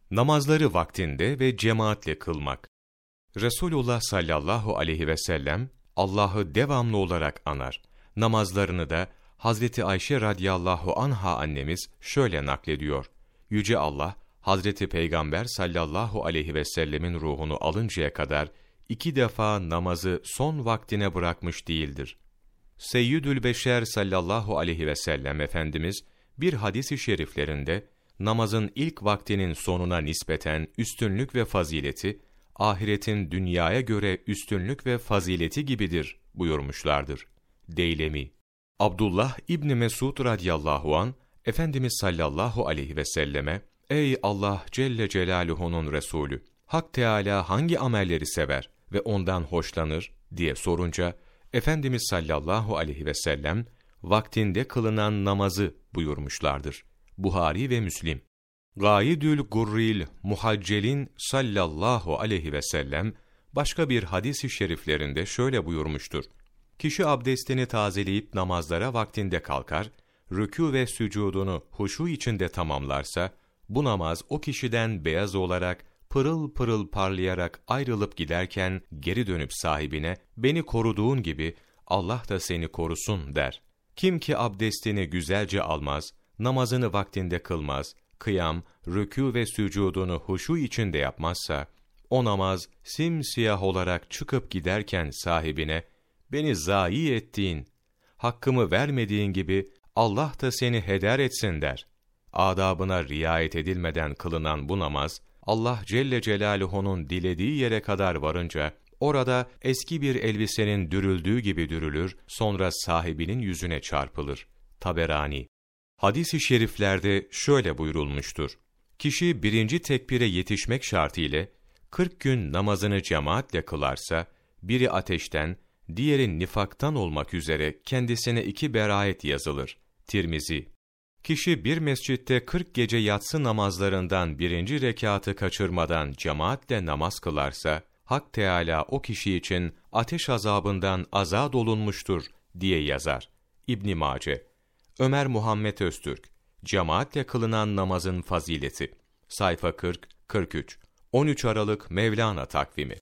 Namazları vaktinde ve cemaatle kılmak. Resulullah sallallahu aleyhi ve sellem Allah'ı devamlı olarak anar. Namazlarını da Hazreti Ayşe radıyallahu anha annemiz şöyle naklediyor. Yüce Allah, Hazreti Peygamber sallallahu aleyhi ve sellemin ruhunu alıncaya kadar 2 defa namazı son vaktine bırakmış değildir. Seyyidül Beşer sallallahu aleyhi ve sellem Efendimiz bir hadis-i şeriflerinde namazın ilk vaktinin sonuna nispeten üstünlük ve fazileti, ahiretin dünyaya göre üstünlük ve fazileti gibidir buyurmuşlardır. Deylemi. Abdullah İbni Mesud radıyallahu an Efendimiz sallallahu aleyhi ve selleme, ey Allah Celle Celaluhu'nun Resulü, Hak Teâlâ hangi amelleri sever ve ondan hoşlanır diye sorunca, Efendimiz sallallahu aleyhi ve sellem, vaktinde kılınan namazı buyurmuşlardır. Buhari ve Müslim. Gâidül Gurril Muhaccelin sallallahu aleyhi ve sellem, başka bir hadis-i şeriflerinde şöyle buyurmuştur. Kişi abdestini tazeleyip namazlara vaktinde kalkar, rükû ve sücudunu huşu içinde tamamlarsa, bu namaz o kişiden beyaz olarak, pırıl pırıl parlayarak ayrılıp giderken geri dönüp sahibine, beni koruduğun gibi Allah da seni korusun der. Kim ki abdestini güzelce almaz, namazını vaktinde kılmaz, kıyam, rükû ve sücudunu huşu içinde yapmazsa, o namaz simsiyah olarak çıkıp giderken sahibine, beni zayi ettiğin, hakkımı vermediğin gibi Allah da seni heder etsin der. Adabına riayet edilmeden kılınan bu namaz, Allah Celle Celaluhu'nun dilediği yere kadar varınca, orada eski bir elbisenin dürüldüğü gibi dürülür, sonra sahibinin yüzüne çarpılır. Taberani. Hadis-i şeriflerde şöyle buyurulmuştur. Kişi 1. tekbire yetişmek şartıyla 40 gün namazını cemaatle kılarsa, biri ateşten, diğeri nifaktan olmak üzere kendisine 2 beraat yazılır. Tirmizi. Kişi bir mescitte 40 gece yatsı namazlarından 1. rekatı kaçırmadan cemaatle namaz kılarsa, Hak Teâlâ o kişi için ateş azabından azad olunmuştur diye yazar. İbn Mace. Ömer Muhammed Öztürk. Cemaatle kılınan namazın fazileti. Sayfa 40-43. 13 Aralık Mevlana takvimi.